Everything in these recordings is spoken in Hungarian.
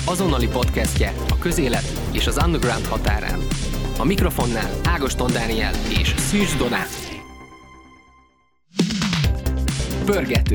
azonnali podcastje a közélet és az underground határán. A mikrofonnál Ágoston Dániel és Szűcs Donát. Pörgető.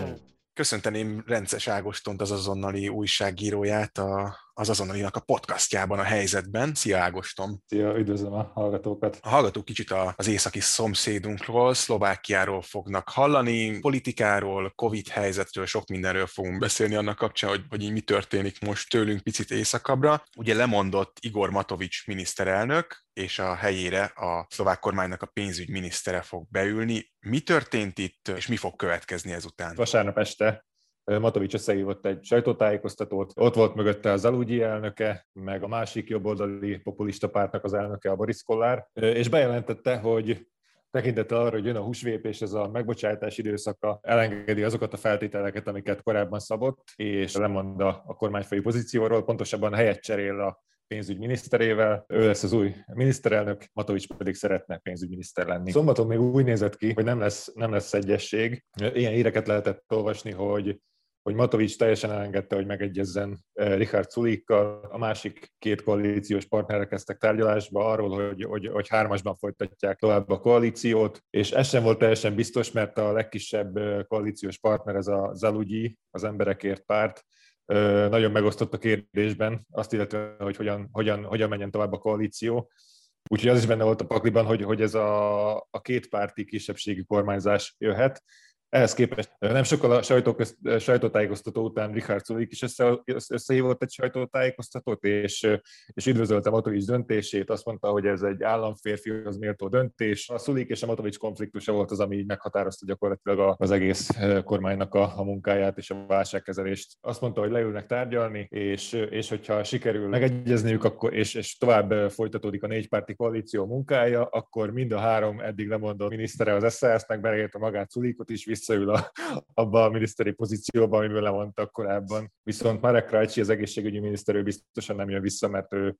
Köszönteném Rences Ágostont, az azonnali újságíróját, az azonnalinak a podcastjában, a helyzetben. Szia Ágoston! Szia, üdvözlöm a hallgatókat! A hallgatók kicsit az északi szomszédunkról, Szlovákiáról fognak hallani, politikáról, Covid helyzetről, sok mindenről fogunk beszélni annak kapcsán, hogy így mi történik most tőlünk picit északabbra. Ugye lemondott Igor Matovics miniszterelnök, és a helyére a szlovák kormánynak a pénzügyminisztere fog beülni. Mi történt itt, és mi fog következni ezután? Vasárnap este Matovics összehívott egy sajtótájékoztatót, ott volt mögötte a Zalugyi elnöke, meg a másik jobboldali populista pártnak az elnöke, a Boris Kollár, és bejelentette, hogy tekintettel arra, hogy jön a húsvét és ez a megbocsátás időszaka, elengedi azokat a feltételeket, amiket korábban szabott, és lemond a kormányfői pozícióról, pontosabban helyet cserél a pénzügyminiszterével, ő lesz az új miniszterelnök, Matovics pedig szeretne pénzügyminiszter lenni. Szombaton még úgy nézett ki, hogy nem lesz egyesség. Ilyen híreket lehetett olvasni, hogy Matovics teljesen elengedte, hogy megegyezzen Richard Sulíkkal. A másik két koalíciós partnerek kezdtek tárgyalásba arról, hogy hármasban folytatják tovább a koalíciót, és ez sem volt teljesen biztos, mert a legkisebb koalíciós partner, ez a Zalugyi, az Emberekért párt, nagyon megosztott a kérdésben, azt illetve, hogy hogyan menjen tovább a koalíció. Úgyhogy az is benne volt a pakliban, hogy ez a kétpárti kisebbségi kormányzás jöhet. Ehhez képest nem sokkal a sajtótájékoztató után Richard Sulík is összehívott egy sajtótájékoztatót, és üdvözölte Matovics döntését. Azt mondta, hogy ez egy államférfihoz méltó döntés. A Sulík és a Matovics konfliktusa volt az, ami így meghatározta gyakorlatilag az egész kormánynak a munkáját és a válságkezelést. Azt mondta, hogy leülnek tárgyalni, és hogyha sikerül megegyezniük, akkor, és tovább folytatódik a négypárti koalíció munkája, akkor mind a három eddig lemondott minisztere az SZSZ-nek, beleértve magát Sulíkot is, visszaül abba a miniszteri pozícióba, amiből lemondtak korábban. Viszont Marek Krajcsi, az egészségügyi miniszter, ő biztosan nem jön vissza, mert ő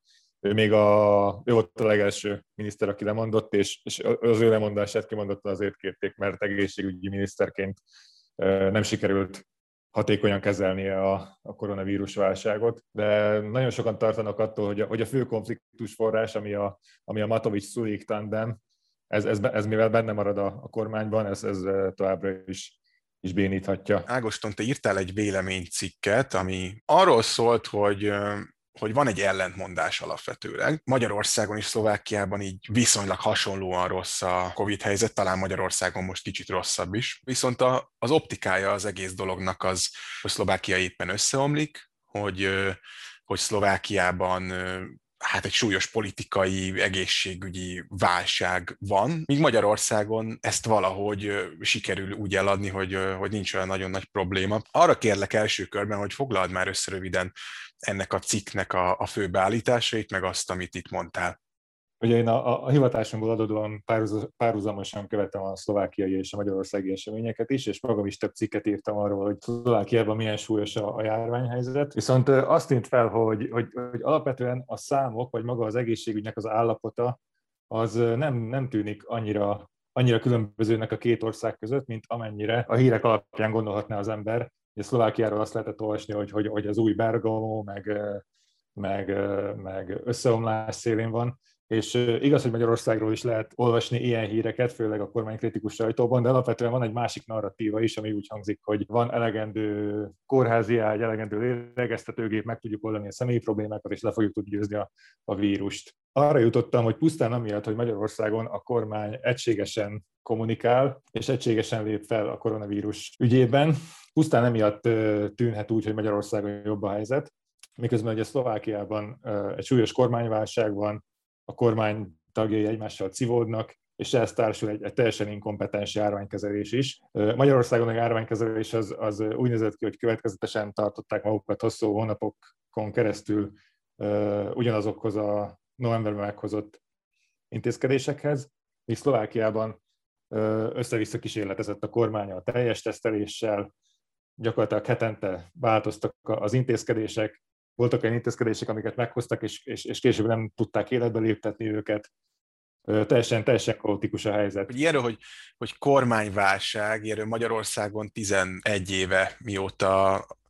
volt a legelső miniszter, aki lemondott, és az ő lemondását kimondottan azért kérték, mert egészségügyi miniszterként nem sikerült hatékonyan kezelnie a koronavírus válságot. De nagyon sokan tartanak attól, hogy a fő konfliktus forrás, ami a Matovics-Sulík tandem, ez mivel benne marad a kormányban, ez továbbra is béníthatja. Ágoston, te írtál egy véleménycikket, ami arról szólt, hogy van egy ellentmondás alapvetőleg. Magyarországon és Szlovákiában így viszonylag hasonlóan rossz a Covid helyzet, talán Magyarországon most kicsit rosszabb is. Viszont az optikája az egész dolognak az, hogy Szlovákia éppen összeomlik, hogy Szlovákiában egy súlyos politikai, egészségügyi válság van, míg Magyarországon ezt valahogy sikerül úgy eladni, hogy nincs olyan nagyon nagy probléma. Arra kérlek első körben, hogy foglald már össze röviden ennek a cikknek a fő beállításait, meg azt, amit itt mondtál. Ugye én a hivatásomból adódóan párhuzamosan követem a szlovákiai és a magyarországi eseményeket is, és magam is több cikket írtam arról, hogy Szlovákiában milyen súlyos a járványhelyzet. Viszont azt tűnt fel, hogy alapvetően a számok, vagy maga az egészségügynek az állapota, az nem tűnik annyira különbözőnek a két ország között, mint amennyire a hírek alapján gondolhatná az ember. Ugye Szlovákiáról azt lehetett olvasni, hogy az új Bergamo, meg összeomlás szélén van. És igaz, hogy Magyarországról is lehet olvasni ilyen híreket, főleg a kormánykritikus sajtóban, de alapvetően van egy másik narratíva is, ami úgy hangzik, hogy van elegendő kórházi ágy, elegendő lélegeztetőgép, meg tudjuk oldani a személyi problémákat, és le fogjuk tudni győzni a vírust. Arra jutottam, hogy pusztán amiatt, hogy Magyarországon a kormány egységesen kommunikál, és egységesen lép fel a koronavírus ügyében, pusztán emiatt tűnhet úgy, hogy Magyarországon jobb a helyzet, miközben ugye Szlovákiában egy súlyos kormányválság van, a kormány tagjai egymással civódnak, és ehhez társul egy teljesen inkompetens járványkezelés is. Magyarországon a járványkezelés az úgy nézett ki, hogy következetesen tartották magukat hosszú hónapokon keresztül ugyanazokhoz a novemberben meghozott intézkedésekhez, míg Szlovákiában össze-vissza kísérletezett a kormány a teljes teszteléssel, gyakorlatilag hetente változtak az intézkedések, voltak olyan intézkedések, amiket meghoztak, és később nem tudták életbe léptetni őket. Teljesen kaotikus a helyzet. Ilyenről, hogy kormányválság, ilyenről Magyarországon 11 éve, mióta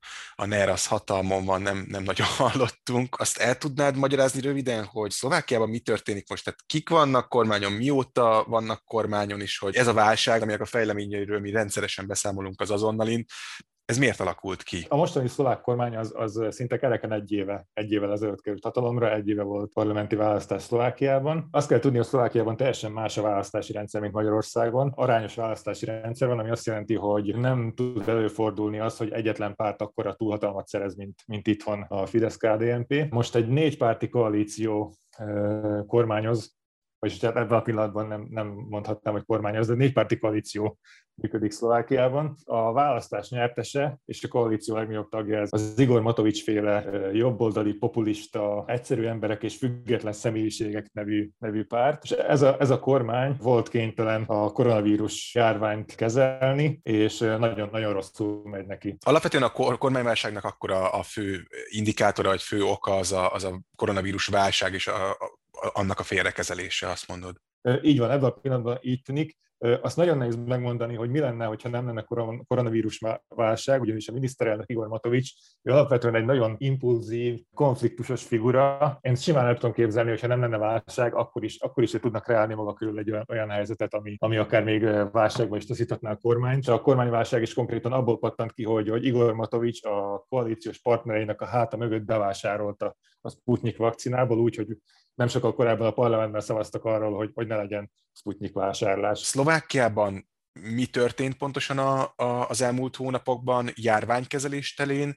a NER az hatalmon van, nem nagyon hallottunk. Azt el tudnád magyarázni röviden, hogy Szlovákiában mi történik most? Tehát kik vannak kormányon, mióta vannak kormányon is, hogy ez a válság, aminek a fejleményeiről mi rendszeresen beszámolunk az azonnalin, ez miért alakult ki? A mostani szlovák kormány az szinte kereken egy évvel ezelőtt került hatalomra, egy éve volt parlamenti választás Szlovákiában. Azt kell tudni, hogy Szlovákiában teljesen más a választási rendszer, mint Magyarországon. Arányos választási rendszer van, ami azt jelenti, hogy nem tud előfordulni az, hogy egyetlen párt akkora túlhatalmat szerez, mint itthon a Fidesz-KDNP. Most egy 4 párti koalíció kormányoz, vagyis tehát ebben a pillanatban nem mondhatnám, hogy kormányoz, de 4 párti koalíció működik Szlovákiában. A választás nyertese és a koalíció legnagyobb tagja az Igor Matovics féle jobboldali, populista, egyszerű emberek és független személyiségek nevű párt. És ez a kormány volt kénytelen a koronavírus járványt kezelni, és nagyon-nagyon rosszul megy neki. Alapvetően a kormányválságnak akkor a fő indikátora, vagy fő oka az a koronavírus válság és annak a félrekezelése, azt mondod. Így van, ebben a pillanatban így tűnik. Azt nagyon nehéz megmondani, hogy mi lenne, ha nem lenne koronavírus válság, ugyanis a miniszterelnök Igor Matovics ő alapvetően egy nagyon impulzív, konfliktusos figura. Én simán el tudom képzelni, hogy ha nem lenne válság, akkor is tudnak kreálni maga körül egy olyan helyzetet, ami akár még válságban is taszíthatná a kormányt. A kormányválság is konkrétan abból pattant ki, hogy Igor Matovics a koalíciós partnereinek a háta mögött bevásárolta a Sputnik vakcinából, úgyhogy nem sokkal korábban a parlamentben szavaztak arról, hogy ne legyen Sputnik vásárlás. Szlovákiában mi történt pontosan az elmúlt hónapokban járványkezelés terén,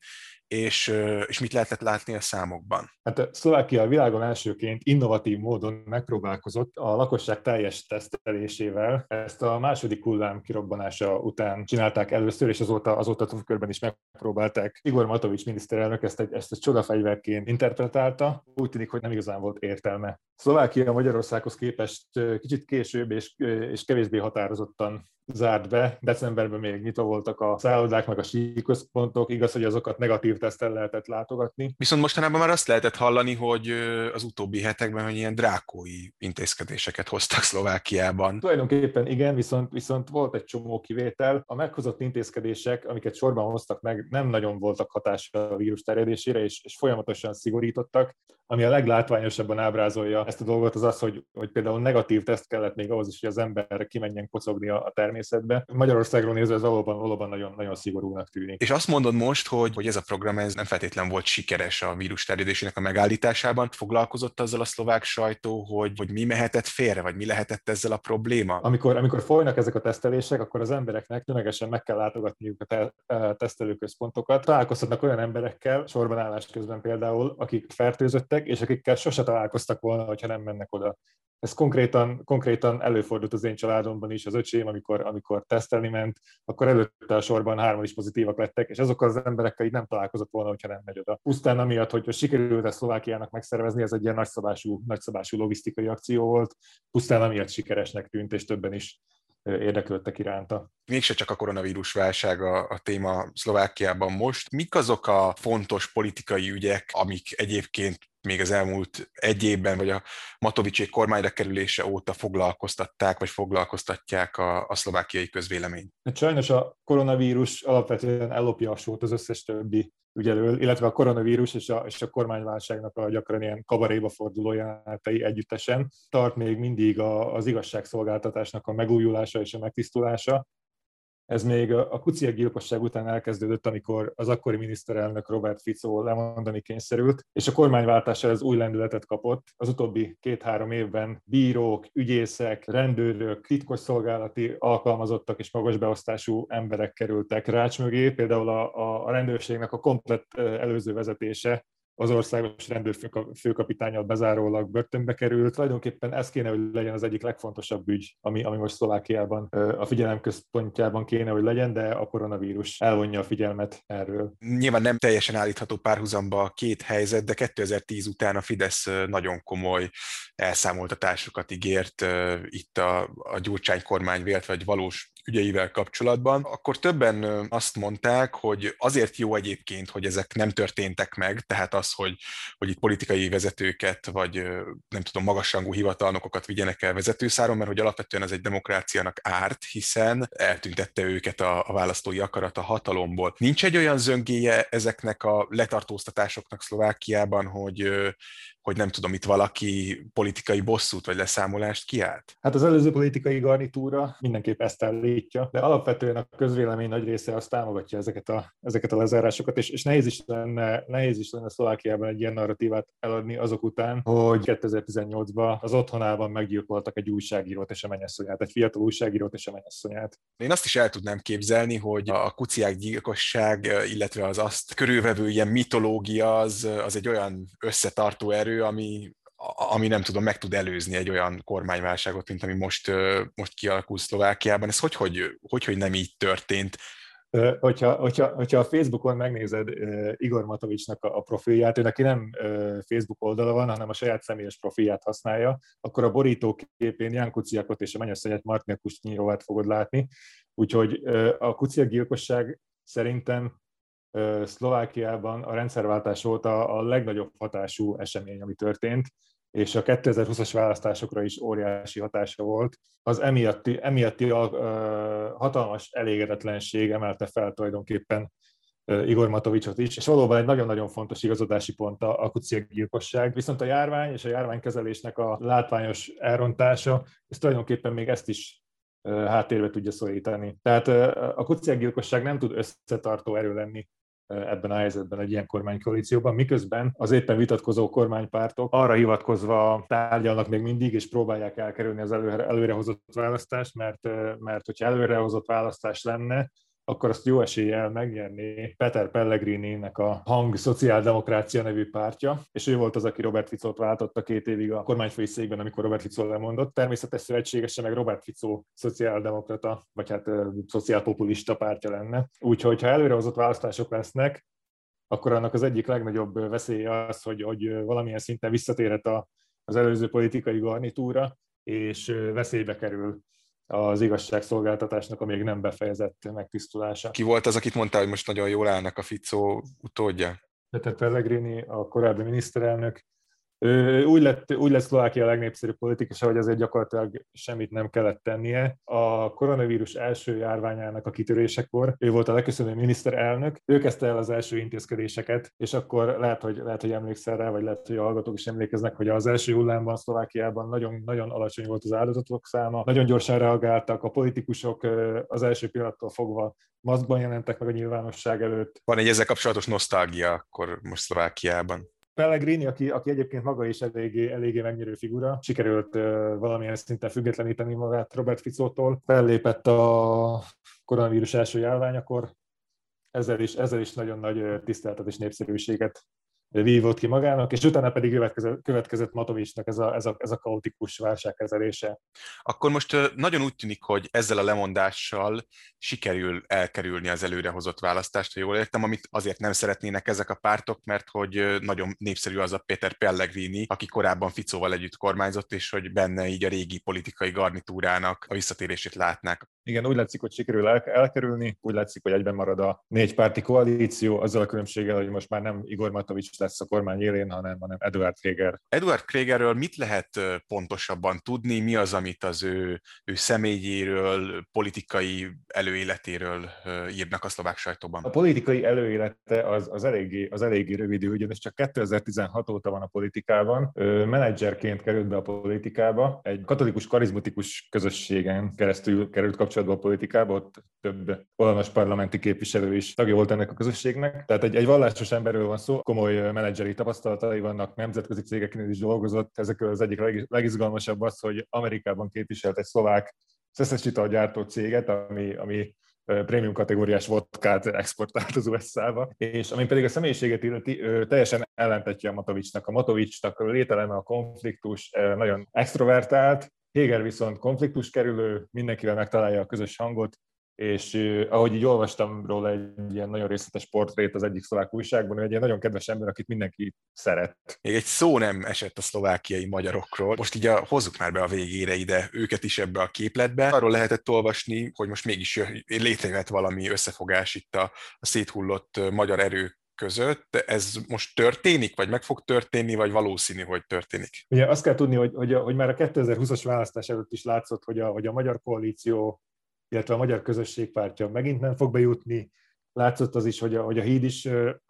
és mit lehetett látni a számokban? Hát Szlovákia a világon elsőként innovatív módon megpróbálkozott a lakosság teljes tesztelésével. Ezt a második hullám kirobbanása után csinálták először, és azóta több körben is megpróbálták. Igor Matovics miniszterelnök ezt egy csodafegyverként interpretálta. Úgy tűnik, hogy nem igazán volt értelme. Szlovákia Magyarországhoz képest kicsit később és kevésbé határozottan zárt be. Decemberben még nyitva voltak a szállodák, meg a síközpontok, igaz, hogy azokat negatív teszttel lehetett látogatni. Viszont mostanában már azt lehetett hallani, hogy az utóbbi hetekben, hogy ilyen drákói intézkedéseket hoztak Szlovákiában. Tulajdonképpen igen, viszont volt egy csomó kivétel. A meghozott intézkedések, amiket sorban hoztak meg, nem nagyon voltak hatással a vírus terjedésére, és folyamatosan szigorítottak. Ami a leglátványosabban ábrázolja ezt a dolgot, az, hogy például negatív teszt kellett még ahhoz is, hogy az ember kimenjen kocogni a természetbe. Magyarországról nézve ez valóban nagyon, nagyon szigorúnak tűnik. És azt mondod most, hogy ez a program ez nem feltétlen volt sikeres a vírus terjedésének a megállításában. Foglalkozott azzal a szlovák sajtó, hogy mi mehetett félre, vagy mi lehetett ezzel a probléma? Amikor folynak ezek a tesztelések, akkor az embereknek tömegesen meg kell látogatniuk a tesztelőközpontokat. Találkozhatnak olyan emberekkel, sorban állás közben például, akik fertőzöttek, és akikkel sose találkoztak volna, hogyha nem mennek oda. Ez konkrétan előfordult az én családomban is, az öcsém, amikor tesztelni ment, akkor előtte a sorban 3 is pozitívak lettek, és azokkal az emberekkel így nem találkozott volna, hogyha nem megy oda. Pusztán amiatt, hogy sikerült ezt Szlovákiának megszervezni, ez egy ilyen nagyszabású logisztikai akció volt, pusztán amiatt sikeresnek tűnt, és többen is érdeklődtek iránta. Mégse csak a koronavírus válság a téma Szlovákiában most. Mik azok a fontos politikai ügyek, amik egyébként még az elmúlt egy évben, vagy a Matovicsék kormányra kerülése óta foglalkoztatták, vagy foglalkoztatják a szlovákiai közvéleményt? Sajnos a koronavírus alapvetően ellopja a sót az összes többi ügy elől, illetve a koronavírus és a kormányválságnak a gyakran ilyen kabaréba forduló jelenetei együttesen tart még mindig az igazságszolgáltatásnak a megújulása és a megtisztulása. Ez még a Kuciak gyilkosság után elkezdődött, amikor az akkori miniszterelnök Robert Fico lemondani kényszerült, és a kormányváltással ez új lendületet kapott. Az utóbbi 2-3 évben bírók, ügyészek, rendőrök, titkosszolgálati alkalmazottak és magas beosztású emberek kerültek rács mögé. Például a rendőrségnek a komplett előző vezetése, az országos rendőrfőkapitánnyal bezárólag börtönbe került. Tulajdonképpen ez kéne, hogy legyen az egyik legfontosabb ügy, ami most Szlovákiában a figyelem központjában kéne, hogy legyen, de a koronavírus elvonja a figyelmet erről. Nyilván nem teljesen állítható párhuzamba a két helyzet, de 2010 után a Fidesz nagyon komoly elszámoltatásokat ígért itt a Gyurcsány kormány vélt, vagy valós ügyeivel kapcsolatban, akkor többen azt mondták, hogy azért jó egyébként, hogy ezek nem történtek meg, tehát az, hogy itt politikai vezetőket, vagy nem tudom, magasrangú hivatalnokokat vigyenek el vezetőszáron, mert hogy alapvetően ez egy demokráciának árt, hiszen eltüntette őket a választói akarat a hatalomból. Nincs egy olyan zöngéje ezeknek a letartóztatásoknak Szlovákiában, hogy nem tudom, itt valaki politikai bosszút vagy leszámolást kiált? Hát az előző politikai garnitúra mindenképp ezt állítja, de alapvetően a közvélemény nagy része azt támogatja ezeket a lezárásokat, és nehéz is lenne Szlovákiában egy ilyen narratívát eladni azok után, hogy 2018-ban az otthonában meggyilkoltak egy újságírót és a mennyasszonyát, egy fiatal újságírót és a mennyasszonyát. Én azt is el tudnám képzelni, hogy a kuciák gyilkosság, illetve az azt körülvevő ilyen mitológia az egy olyan összetartó erő, ami nem tudom, meg tud előzni egy olyan kormányválságot, mint ami most kialakul Szlovákiában. Ez hogy nem így történt? Hogyha a Facebookon megnézed Igor Matovicsnak a profilját, ő neki nem Facebook oldala van, hanem a saját személyes profilját használja, akkor a borítóképén Ján Kuciakot és a mennyasszonyát Martina Kusnyírovát fogod látni. Úgyhogy a Kuciak gyilkosság szerintem Szlovákiában a rendszerváltás óta a legnagyobb hatású esemény, ami történt, és a 2020-as választásokra is óriási hatása volt. Az emiatti hatalmas elégedetlenség emelte fel tulajdonképpen Igor Matovicsot is, és valóban egy nagyon-nagyon fontos igazodási pont a Kuciak gyilkosság. Viszont a járvány és a járványkezelésnek a látványos elrontása, ez tulajdonképpen még ezt is háttérbe tudja szorítani. Tehát a Kuciak gyilkosság nem tud összetartó erő lenni ebben a helyzetben egy ilyen kormánykoalícióban, miközben az éppen vitatkozó kormánypártok arra hivatkozva tárgyalnak még mindig, és próbálják elkerülni az előrehozott választást, mert hogyha előrehozott választás lenne, akkor azt jó eséllyel megnyerné Peter Pellegrininek a Hang Szociáldemokrácia nevű pártja, és ő volt az, aki Robert Ficót váltotta 2 évig a kormányfői székben, amikor Robert Ficó lemondott. Természetes szövetségese meg Robert Ficó szociáldemokrata, vagy hát szociálpopulista pártja lenne. Úgyhogy ha előrehozott választások lesznek, akkor annak az egyik legnagyobb veszélye az, hogy valamilyen szinten visszatérhet az előző politikai garnitúra, és veszélybe kerül az igazságszolgáltatásnak a még nem befejezett megtisztulása. Ki volt az, akit mondta, hogy most nagyon jól állnak a Ficó utódja? Peter Pellegrini, a korábbi miniszterelnök. Úgy lett Szlovákia a legnépszerűbb politikusa, hogy azért gyakorlatilag semmit nem kellett tennie. A koronavírus első járványának a kitörésekor ő volt a leköszönő miniszterelnök, ő kezdte el az első intézkedéseket, és akkor lehet, hogy emlékszel rá, vagy lehet, hogy a hallgatók is emlékeznek, hogy az első hullámban Szlovákiában nagyon, nagyon alacsony volt az áldozatok száma, nagyon gyorsan reagáltak, a politikusok az első pillanattól fogva maszkban jelentek meg a nyilvánosság előtt. Van egy ezzel kapcsolatos nosztalgia akkor most Szlovákiában. Pellegrini, aki egyébként maga is eléggé megnyerő figura, sikerült valamilyen szinten függetleníteni magát Robert Ficótól, fellépett a koronavírus első járványakor, ezzel is nagyon nagy tiszteletet és népszerűséget vívott ki magának, és utána pedig következett Matovicsnak ez a kaotikus válságkezelése. Akkor most nagyon úgy tűnik, hogy ezzel a lemondással sikerül elkerülni az előrehozott választást, ha jól értem, amit azért nem szeretnének ezek a pártok, mert hogy nagyon népszerű az a Peter Pellegrini, aki korábban Ficóval együtt kormányzott, és hogy benne így a régi politikai garnitúrának a visszatérését látnák. Igen, úgy látszik, hogy sikerül elkerülni, úgy látszik, hogy egyben marad a 4 párti koalíció, azzal a különbséggel, hogy most már nem Igor Matovics lesz a kormány élén, hanem Eduard Kreger. Eduard Kregerről mit lehet pontosabban tudni? Mi az, amit az ő személyéről, politikai előéletéről írnak a szlovák sajtóban? A politikai előélete az eléggé rövid, ugyanis csak 2016 óta van a politikában. Menedzserként került be a politikába, egy katolikus karizmatikus közösségen keresztül került kapcsolatba a politikába, ott több olasz parlamenti képviselő is tagja volt ennek a közösségnek. Tehát egy vallásos emberről van szó, komoly menedzseri tapasztalatai vannak, nemzetközi cégeknél is dolgozott. Ezekről az egyik legizgalmasabb az, hogy Amerikában képviselt egy szlovák szeszes italgyártó céget, ami prémium kategóriás vodkát exportált az USA-ba, és ami pedig a személyiséget illeti, teljesen ellentetje a Matovicsnak. A Matovicsnak lételeme a konfliktus, nagyon extrovertált, Heger viszont konfliktus kerülő, mindenkivel megtalálja a közös hangot, és ahogy így olvastam róla egy ilyen nagyon részletes portrét az egyik szlovák újságban, ő egy ilyen nagyon kedves ember, akit mindenki szeret. Még egy szó nem esett a szlovákiai magyarokról. Most így hozzuk már be a végére ide őket is ebbe a képletbe. Arról lehetett olvasni, hogy most mégis létrejött valami összefogás itt a széthullott magyar erők között. Ez most történik, vagy meg fog történni, vagy valószínű, hogy történik? Ugye azt kell tudni, hogy már a 2020-as választás előtt is látszott, hogy a magyar koalíció, illetve a magyar közösségpártja megint nem fog bejutni. Látszott az is, hogy a Híd is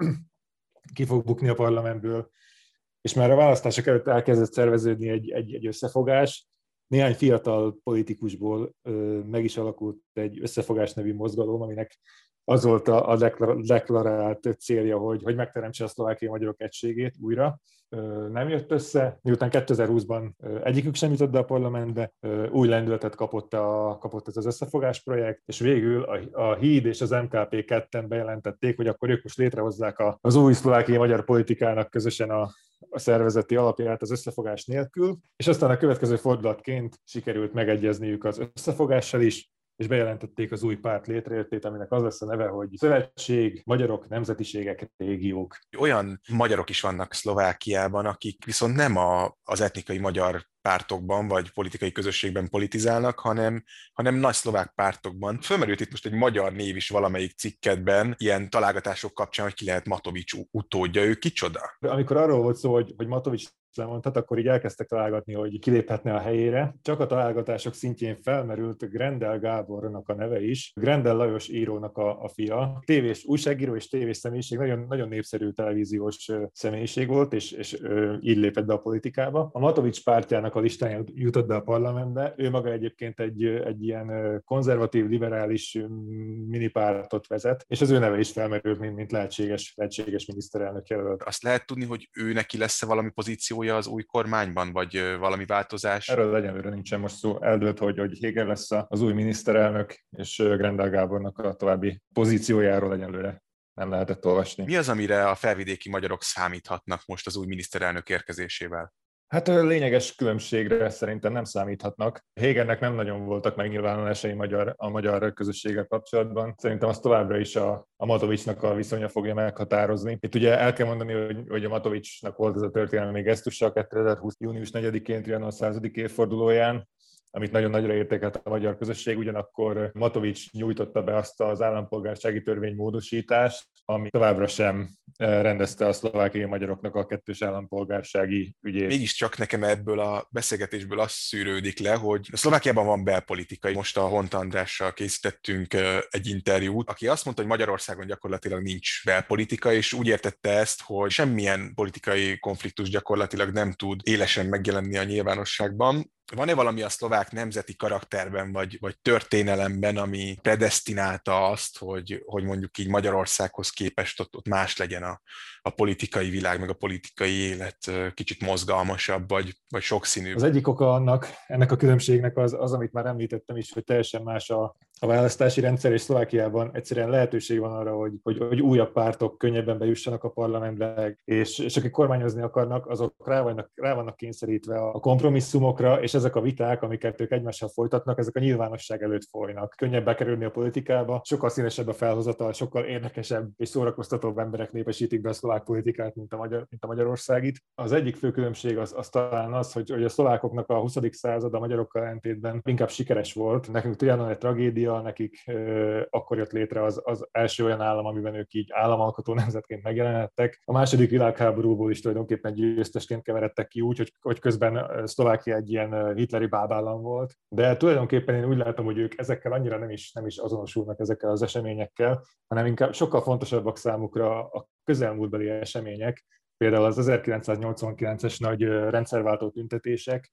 ki fog bukni a parlamentből, és már a választások előtt elkezdett szerveződni egy összefogás. Néhány fiatal politikusból meg is alakult egy összefogás nevű mozgalom, aminek az volt a deklarált célja, hogy megteremtse a szlovákiai magyarok egységét újra. Nem jött össze, miután 2020-ban egyikük sem jutott be a parlamentbe, új lendületet kapott ez az összefogás projekt, és végül a Híd és az MKP ketten bejelentették, hogy akkor ők most létrehozzák az új szlovákiai magyar politikának közösen a szervezeti alapját az összefogás nélkül, és aztán a következő fordulatként sikerült megegyezniük az összefogással is, és bejelentették az új párt létrejöttét, aminek az lesz a neve, hogy Szövetség, Magyarok, Nemzetiségek, Régiók. Olyan magyarok is vannak Szlovákiában, akik viszont nem az etnikai magyar pártokban vagy politikai közösségben politizálnak, hanem nagy szlovák pártokban. Fölmerült itt most egy magyar név is valamelyik cikkedben, ilyen találgatások kapcsán, hogy ki lehet Matovics utódja, ő kicsoda? Amikor arról volt szó, hogy Matovics lemondhat, akkor így elkezdtek találgatni, hogy kiléphetne a helyére. Csak a találgatások szintjén felmerült Grendel Gábornak a neve is. Grendel Lajos írónak a fia. Tévés újságíró és tévés személyiség, nagyon, nagyon népszerű televíziós személyiség volt, és így lépett be a politikába. A Matovics pártjának a listáján jutott be a parlamentbe. Ő maga egyébként egy ilyen konzervatív, liberális minipártot vezet, és az ő neve is felmerült, mint lehetséges miniszterelnök jelölt. Azt lehet tudni, hogy ő neki lesz-e valami pozíciója az új kormányban, vagy valami változás? Erről egyenlőre nincsen most szó. Eldőlt, hogy Héger lesz az új miniszterelnök, és Grendel Gábornak a további pozíciójáról egyenlőre nem lehetett olvasni. Mi az, amire a felvidéki magyarok számíthatnak most az új miniszterelnök érkezésével? Hát lényeges különbségre szerintem nem számíthatnak. Hégernek nem nagyon voltak megnyilvánulásai a magyar közösséggel kapcsolatban. Szerintem azt továbbra is a Matovicsnak a viszonya fogja meghatározni. Itt ugye el kell mondani, hogy a Matovicsnak volt ez a történelmi gesztusa 2020. június 4-én Trianon 100. évfordulóján, amit nagyon nagyra értékelt a magyar közösség, ugyanakkor Matovics nyújtotta be azt az állampolgársági törvény módosítást, ami továbbra sem rendezte a szlovákiai magyaroknak a kettős állampolgársági ügyét. Mégiscsak nekem ebből a beszélgetésből az szűrődik le, hogy a Szlovákiában van belpolitika. Most a Hont Andrással készítettünk egy interjút, aki azt mondta, hogy Magyarországon gyakorlatilag nincs belpolitika, és úgy értette ezt, hogy semmilyen politikai konfliktus gyakorlatilag nem tud élesen megjelenni a nyilvánosságban. Van-e valami a szlovák nemzeti karakterben, vagy történelemben, ami predesztinálta azt, hogy mondjuk így Magyarországhoz képest ott más legyen a politikai világ, meg a politikai élet kicsit mozgalmasabb, vagy sokszínűbb? Az egyik oka ennek a különbségnek az, amit már említettem is, hogy teljesen más a választási rendszer, és Szlovákiában egyszerűen lehetőség van arra, hogy újabb pártok könnyebben bejussanak a parlamentbe, és akik kormányozni akarnak, azok rá vannak kényszerítve a kompromisszumokra, és ezek a viták, amiket ők egymással folytatnak, ezek a nyilvánosság előtt folynak. Könnyebb bekerülni a politikába, sokkal színesebb a felhozatal, sokkal érdekesebb és szórakoztatóbb emberek népesítik be a szlovák politikát, mint a magyarországit. Az egyik fő különbség az talán az, hogy a szlovákoknak a 20. század a magyarokkal ellentétben inkább sikeres volt. Nekünk Trianon egy tragédia, nekik akkor jött létre az első olyan állam, amiben ők így államalkotó nemzetként megjelenhettek. A második világháborúból is tulajdonképpen győztesként keveredtek ki úgy, hogy közben Szlovákia egy ilyen hitleri bábállam volt. De tulajdonképpen én úgy látom, hogy ők ezekkel annyira nem is azonosulnak ezekkel az eseményekkel, hanem inkább sokkal fontosabbak számukra a közelmúltbeli események, például az 1989-es nagy rendszerváltó tüntetések,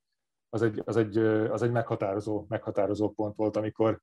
az egy meghatározó pont volt,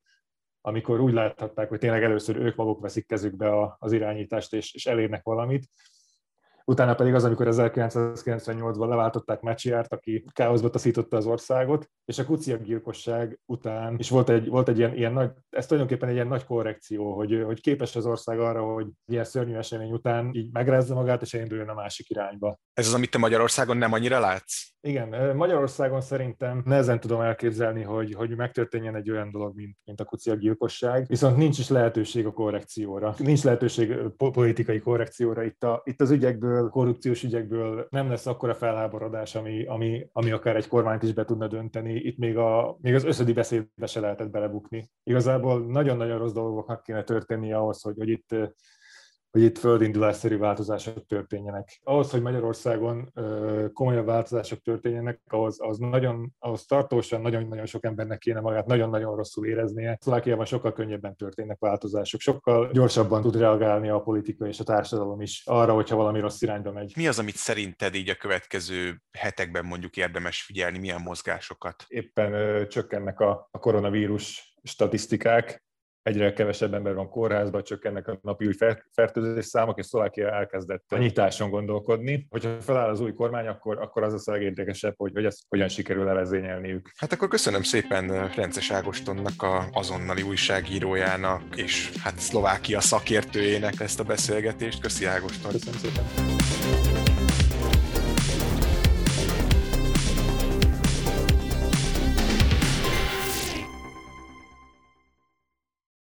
amikor úgy láthatták, hogy tényleg először ők maguk veszik kezükbe az irányítást, és elérnek valamit. Utána pedig az, amikor 1998-ban leváltották Mecsiárt, aki káoszba taszította az országot, és a Kuciak gyilkosság után is volt egy ilyen nagy, ez tulajdonképpen egy ilyen nagy korrekció, hogy képes az ország arra, hogy ilyen szörnyű esemény után így megrázza magát, és elinduljon a másik irányba. Ez az, amit te Magyarországon nem annyira látsz? Igen, Magyarországon szerintem nehezen tudom elképzelni, hogy megtörténjen egy olyan dolog, mint a Kuciak gyilkosság, viszont nincs is lehetőség a korrekcióra. Nincs lehetőség politikai korrekcióra. Itt az ügyekből, korrupciós ügyekből nem lesz akkora felháborodás, ami akár egy kormányt is be tudna dönteni. Itt még az összödi beszédbe se lehetett belebukni. Igazából nagyon-nagyon rossz dolgoknak kéne történnie ahhoz, hogy itt földindulásszerű változások történjenek. Ahhoz, hogy Magyarországon komolyabb változások történjenek, ahhoz tartósan nagyon-nagyon sok embernek kéne magát nagyon-nagyon rosszul éreznie. Szlovákiában sokkal könnyebben történnek változások, sokkal gyorsabban tud reagálni a politika és a társadalom is arra, hogyha valami rossz irányba megy. Mi az, amit szerinted így a következő hetekben mondjuk érdemes figyelni, milyen mozgásokat? Éppen csökkennek a koronavírus statisztikák, egyre kevesebb ember van kórházban, csökkennek a napi új fertőzés számok, és Szlovákia elkezdett a nyitáson gondolkodni. Hogyha feláll az új kormány, akkor az a legérdekesebb, hogy ezt hogyan sikerül levezényelniük. Hát akkor köszönöm szépen Rences Ágostonnak, a Azonnali újságírójának, és hát Szlovákia szakértőjének ezt a beszélgetést. Köszi, Ágoston! Köszönöm szépen!